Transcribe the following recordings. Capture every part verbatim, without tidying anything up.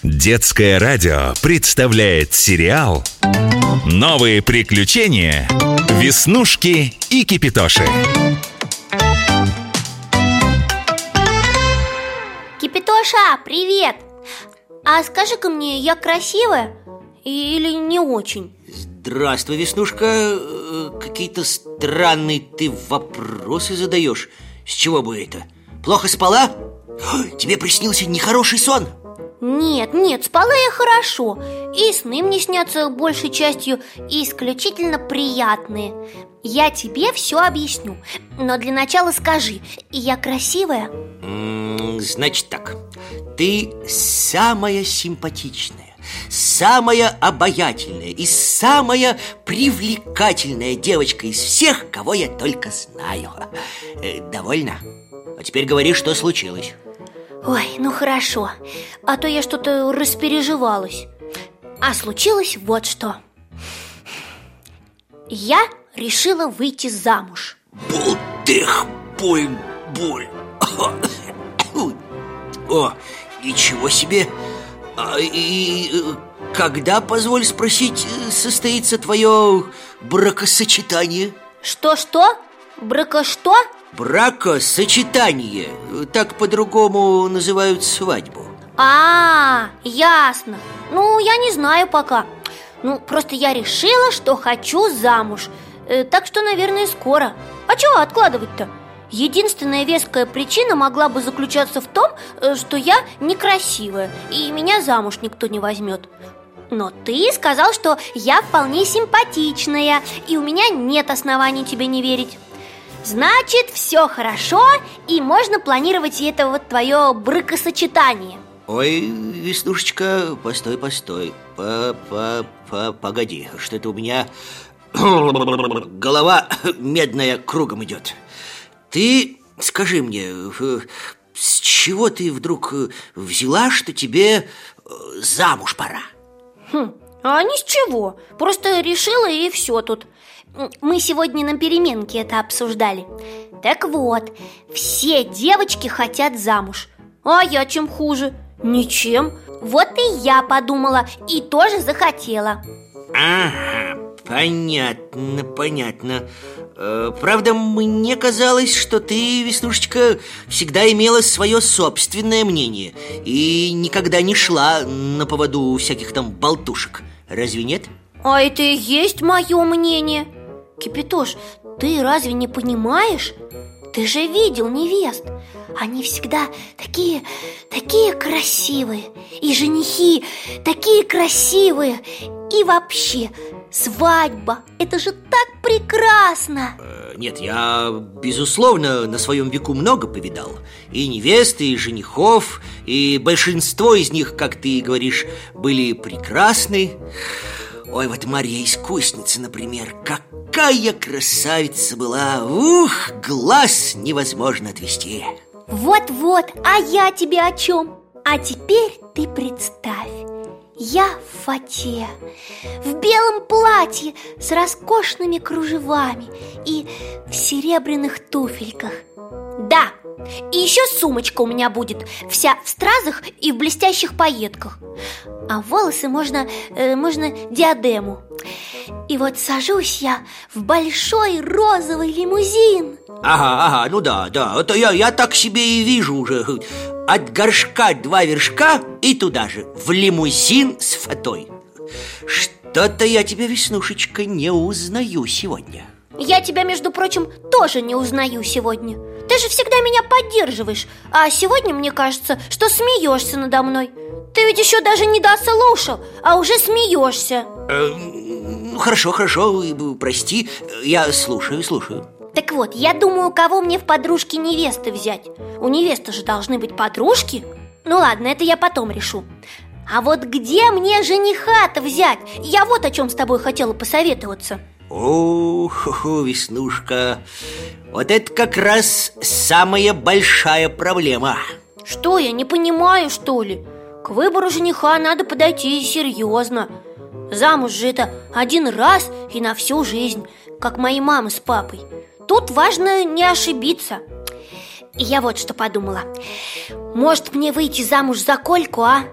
Детское радио представляет сериал «Новые приключения. Веснушки и Кипитоши». Кипитоша, привет! А скажи-ка мне, я красивая или не очень? Здравствуй, Веснушка. Какие-то странные ты вопросы задаешь. С чего бы это? Плохо спала? Тебе приснился нехороший сон? Нет, нет, спала я хорошо. И сны мне снятся большей частью исключительно приятные. Я тебе все объясню. Но для начала скажи, я красивая? М-м, значит так. Ты самая симпатичная, самая обаятельная и самая привлекательная девочка из всех, кого я только знаю. э, Довольно? А теперь говори, что случилось. Ой, ну хорошо. А то я что-то распереживалась. А случилось вот что. Я решила выйти замуж. Булдых, боль, боль. О, ничего себе. а, И когда, позволь спросить, состоится твое бракосочетание? Что-что? Брако что? Бракосочетание. Так по-другому называют свадьбу. А, ясно. Ну, я не знаю пока. Ну, просто я решила, что хочу замуж. э, Так что, наверное, скоро. А чего откладывать-то? Единственная веская причина могла бы заключаться в том, э, что я некрасивая, и меня замуж никто не возьмет. Но ты сказал, что я вполне симпатичная, и у меня нет оснований тебе не верить. Значит, все хорошо, и можно планировать это вот твое бракосочетание. Ой, Веснушечка, постой, постой. По-по-по-погоди, что-то у меня голова медная кругом идет. Ты скажи мне, с чего ты вдруг взяла, что тебе замуж пора? Хм, а ни с чего. Просто решила, и все тут. Мы сегодня на переменке это обсуждали. Так вот, все девочки хотят замуж. А я чем хуже? Ничем. Вот и я подумала и тоже захотела. Ага, понятно, понятно. э, Правда, мне казалось, что ты, Веснушечка, всегда имела свое собственное мнение и никогда не шла на поводу у всяких там болтушек. Разве нет? А это и есть мое мнение. Кипитош, ты разве не понимаешь? Ты же видел невест. Они всегда такие, такие красивые. И женихи такие красивые. И вообще, свадьба, это же так прекрасно. э, Нет, я, безусловно, на своем веку много повидал. И невест, и женихов. И большинство из них, как ты говоришь, были прекрасны. Ой, вот Марья Искусница, например, какая красавица была! Ух, глаз невозможно отвести. Вот-вот, а я тебе о чем? А теперь ты представь, я в фате, в белом платье с роскошными кружевами и в серебряных туфельках. Да, и еще сумочка у меня будет, вся в стразах и в блестящих пайетках. А волосы можно, э, можно диадему. И вот сажусь я в большой розовый лимузин. Ага, ага, ну да, да, это я, я так себе и вижу уже. От горшка два вершка и туда же, в лимузин с фатой. Что-то я тебя, Веснушечка, не узнаю сегодня. Я тебя, между прочим, тоже не узнаю сегодня. Ты же всегда меня поддерживаешь. А сегодня мне кажется, что смеешься надо мной. Ты ведь еще даже не дослушал, а уже смеешься. э, Ну, хорошо, хорошо, прости, я слушаю, слушаю. Так вот, я думаю, кого мне в подружки невесты взять. У невесты же должны быть подружки. Ну ладно, это я потом решу. А вот где мне жениха-то взять? Я вот о чем с тобой хотела посоветоваться. О, Веснушка, вот это как раз самая большая проблема. Что, я не понимаю, что ли? К выбору жениха надо подойти серьезно. Замуж же это один раз и на всю жизнь, как мои мамы с папой. Тут важно не ошибиться. И я вот что подумала. Может, мне выйти замуж за Кольку, а?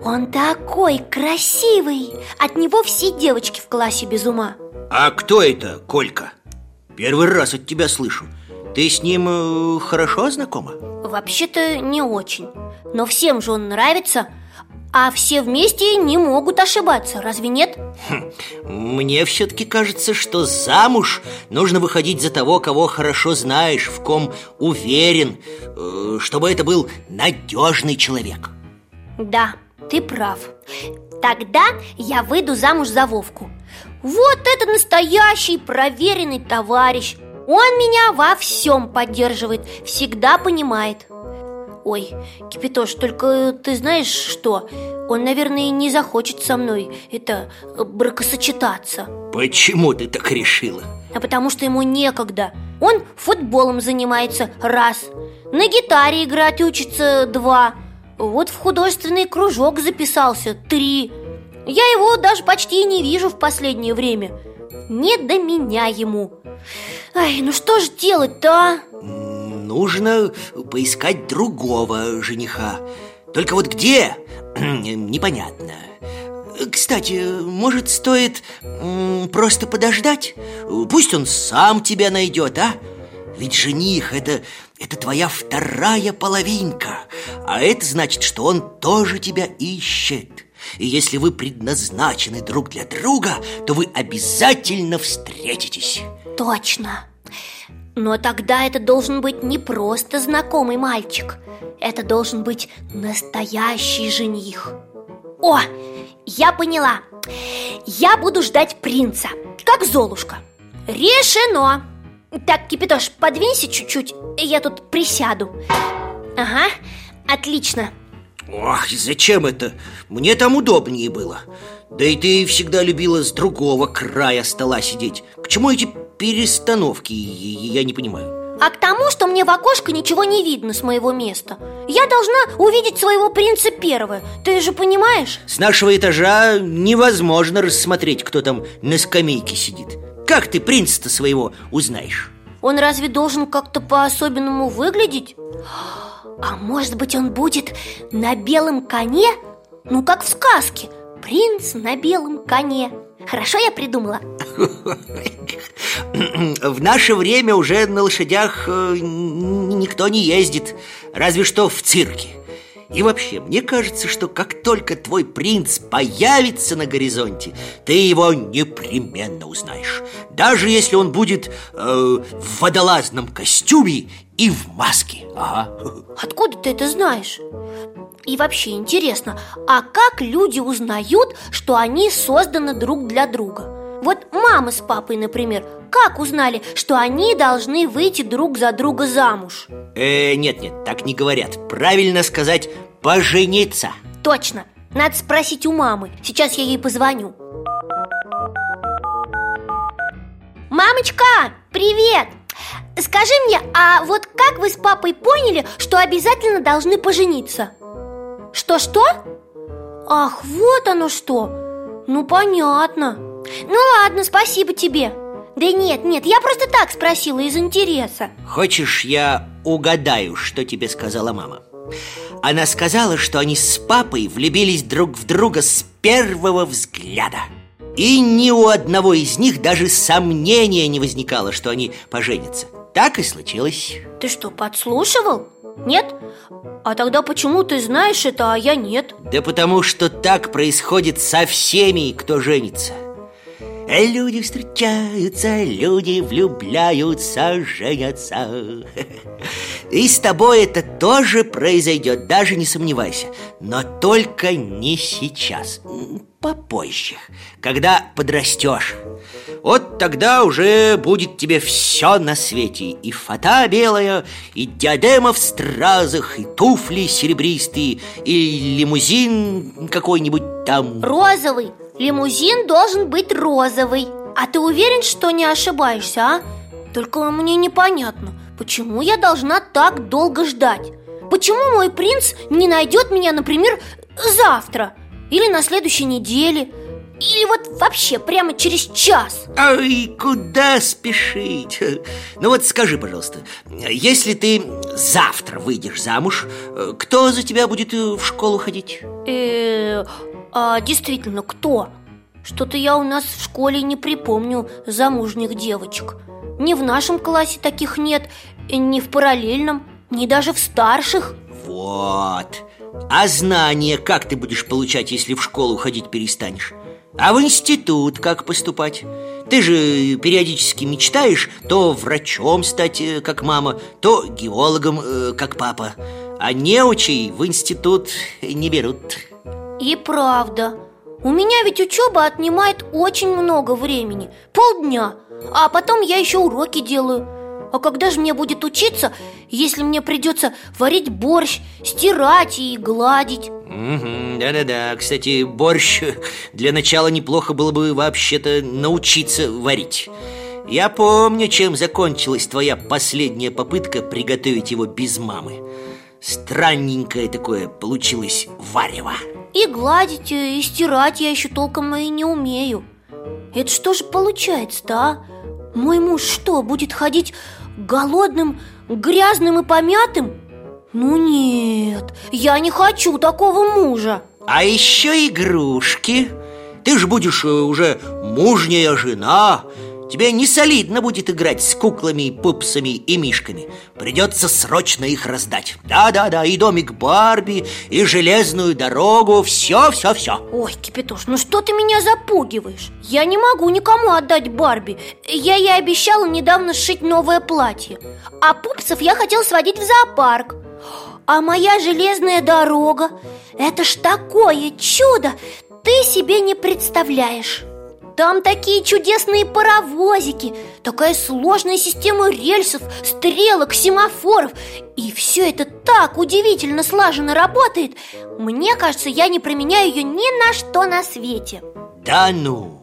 Он такой красивый. От него все девочки в классе без ума. А кто это, Колька? Первый раз от тебя слышу. Ты с ним э, хорошо знакома? Вообще-то не очень. Но всем же он нравится. А все вместе не могут ошибаться, разве нет? Хм, мне все-таки кажется, что замуж нужно выходить за того, кого хорошо знаешь, в ком уверен, э, чтобы это был надежный человек. Да, ты прав. Тогда я выйду замуж за Вовку. Вот это настоящий проверенный товарищ. Он меня во всем поддерживает, всегда понимает. Ой, Кипятош, только ты знаешь что? Он, наверное, не захочет со мной это бракосочетаться. Почему ты так решила? А потому что ему некогда. Он футболом занимается раз, на гитаре играть учится два, вот в художественный кружок записался три. Я его даже почти не вижу в последнее время. Не до меня ему. Ай, ну что же делать-то, а? Нужно поискать другого жениха. Только вот где? Непонятно. Кстати, может, стоит м, просто подождать? Пусть он сам тебя найдет, а? Ведь жених это, это твоя вторая половинка. А это значит, что он тоже тебя ищет. И если вы предназначены друг для друга, то вы обязательно встретитесь. Точно. Но тогда это должен быть не просто знакомый мальчик. Это должен быть настоящий жених. О, я поняла. Я буду ждать принца, как Золушка. Решено. Так, Кипятош, подвинься чуть-чуть, я тут присяду. Ага, отлично. Ох, зачем это? Мне там удобнее было. Да и ты всегда любила с другого края стола сидеть. К чему эти перестановки, я не понимаю. А к тому, что мне в окошко ничего не видно с моего места. Я должна увидеть своего принца первого. Ты же понимаешь? С нашего этажа невозможно рассмотреть, кто там на скамейке сидит. Как ты принца-то своего узнаешь? Он разве должен как-то по-особенному выглядеть? А может быть, он будет на белом коне? Ну, как в сказке. Принц на белом коне. Хорошо я придумала? В наше время уже на лошадях никто не ездит. Разве что в цирке. И вообще, мне кажется, что как только твой принц появится на горизонте, ты его непременно узнаешь. Даже если он будет э, в водолазном костюме и в маске. Ага. Откуда ты это знаешь? И вообще интересно, а как люди узнают, что они созданы друг для друга? Вот мама с папой, например, как узнали, что они должны выйти друг за друга замуж? Э, нет-нет, так не говорят. Правильно сказать пожениться. Точно, надо спросить у мамы. Сейчас я ей позвоню. Мамочка, привет! Скажи мне, а вот как вы с папой поняли, что обязательно должны пожениться? Что-что? Ах, вот оно что. Ну, понятно. Ну ладно, спасибо тебе. Да нет, нет, я просто так спросила из интереса. Хочешь, я угадаю, что тебе сказала мама? Она сказала, что они с папой влюбились друг в друга с первого взгляда. И ни у одного из них даже сомнения не возникало, что они поженятся. Так и случилось. Ты что, подслушивал? Нет? А тогда почему ты знаешь это, а я нет? Да потому что так происходит со всеми, кто женится. Люди встречаются, люди влюбляются, женятся. И с тобой это тоже произойдет, даже не сомневайся. Но только не сейчас, попозже, когда подрастешь. Вот тогда уже будет тебе все на свете. И фата белая, и диадема в стразах, и туфли серебристые, и лимузин какой-нибудь там. Розовый. Лимузин должен быть розовый. А ты уверен, что не ошибаешься, а? Только мне непонятно, почему я должна так долго ждать? Почему мой принц не найдет меня, например, завтра? Или на следующей неделе? Или вот вообще прямо через час. Ай, куда спешить? Ну вот скажи, пожалуйста, если ты завтра выйдешь замуж, кто за тебя будет в школу ходить? Э, а действительно, кто? Что-то я у нас в школе не припомню замужних девочек. Ни в нашем классе таких нет, ни в параллельном, ни даже в старших. Вот. А знания как ты будешь получать, если в школу ходить перестанешь? А в институт как поступать? Ты же периодически мечтаешь то врачом стать, как мама, то геологом, как папа. А неучей в институт не берут. И правда. У меня ведь учеба отнимает очень много времени. Полдня. А потом я еще уроки делаю. А когда же мне будет учиться, если мне придется варить борщ, стирать и гладить? Угу, да-да-да. Кстати, борщ для начала неплохо было бы вообще-то научиться варить. Я помню, чем закончилась твоя последняя попытка приготовить его без мамы. Странненькое такое получилось варево. И гладить, и стирать я еще толком и не умею. Это что же получается-то, а? Мой муж что, будет ходить голодным, грязным и помятым? Ну нет, я не хочу такого мужа. А еще игрушки. Ты же будешь уже мужняя жена. Тебе не солидно будет играть с куклами, пупсами и мишками. Придется срочно их раздать. Да-да-да, и домик Барби, и железную дорогу. Все-все-все. Ой, Кипятош, ну что ты меня запугиваешь? Я не могу никому отдать Барби. Я ей обещала недавно сшить новое платье. А пупсов я хотела сводить в зоопарк. А моя железная дорога — это ж такое чудо, ты себе не представляешь. Там такие чудесные паровозики, такая сложная система рельсов, стрелок, семафоров. И все это так удивительно слаженно работает. Мне кажется, я не променяю ее ни на что на свете. Да ну!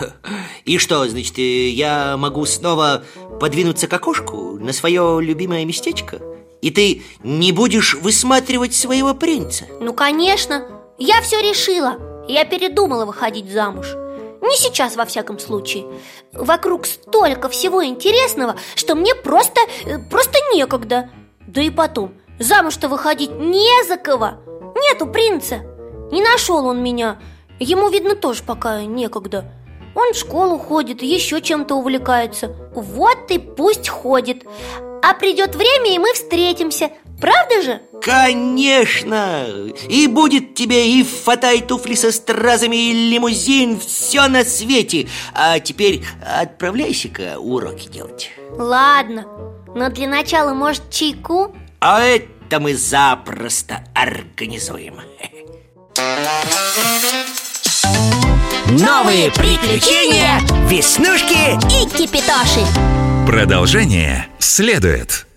И что, значит, я могу снова подвинуться к окошку на свое любимое местечко? И ты не будешь высматривать своего принца? Ну, конечно, я все решила. Я передумала выходить замуж. Не сейчас, во всяком случае. Вокруг столько всего интересного, что мне просто, просто некогда. Да и потом, замуж-то выходить не за кого. Нету принца. Не нашел он меня. Ему, видно, тоже пока некогда. Он в школу ходит, еще чем-то увлекается. Вот и пусть ходит. А придет время, и мы встретимся. Правда же? Конечно! И будет тебе и фата, и туфли со стразами, и лимузин, все на свете. А теперь отправляйся-ка уроки делать. Ладно, но для начала, может, чайку? А это мы запросто организуем. Новые приключения Веснушки и Кипятоши. Продолжение следует.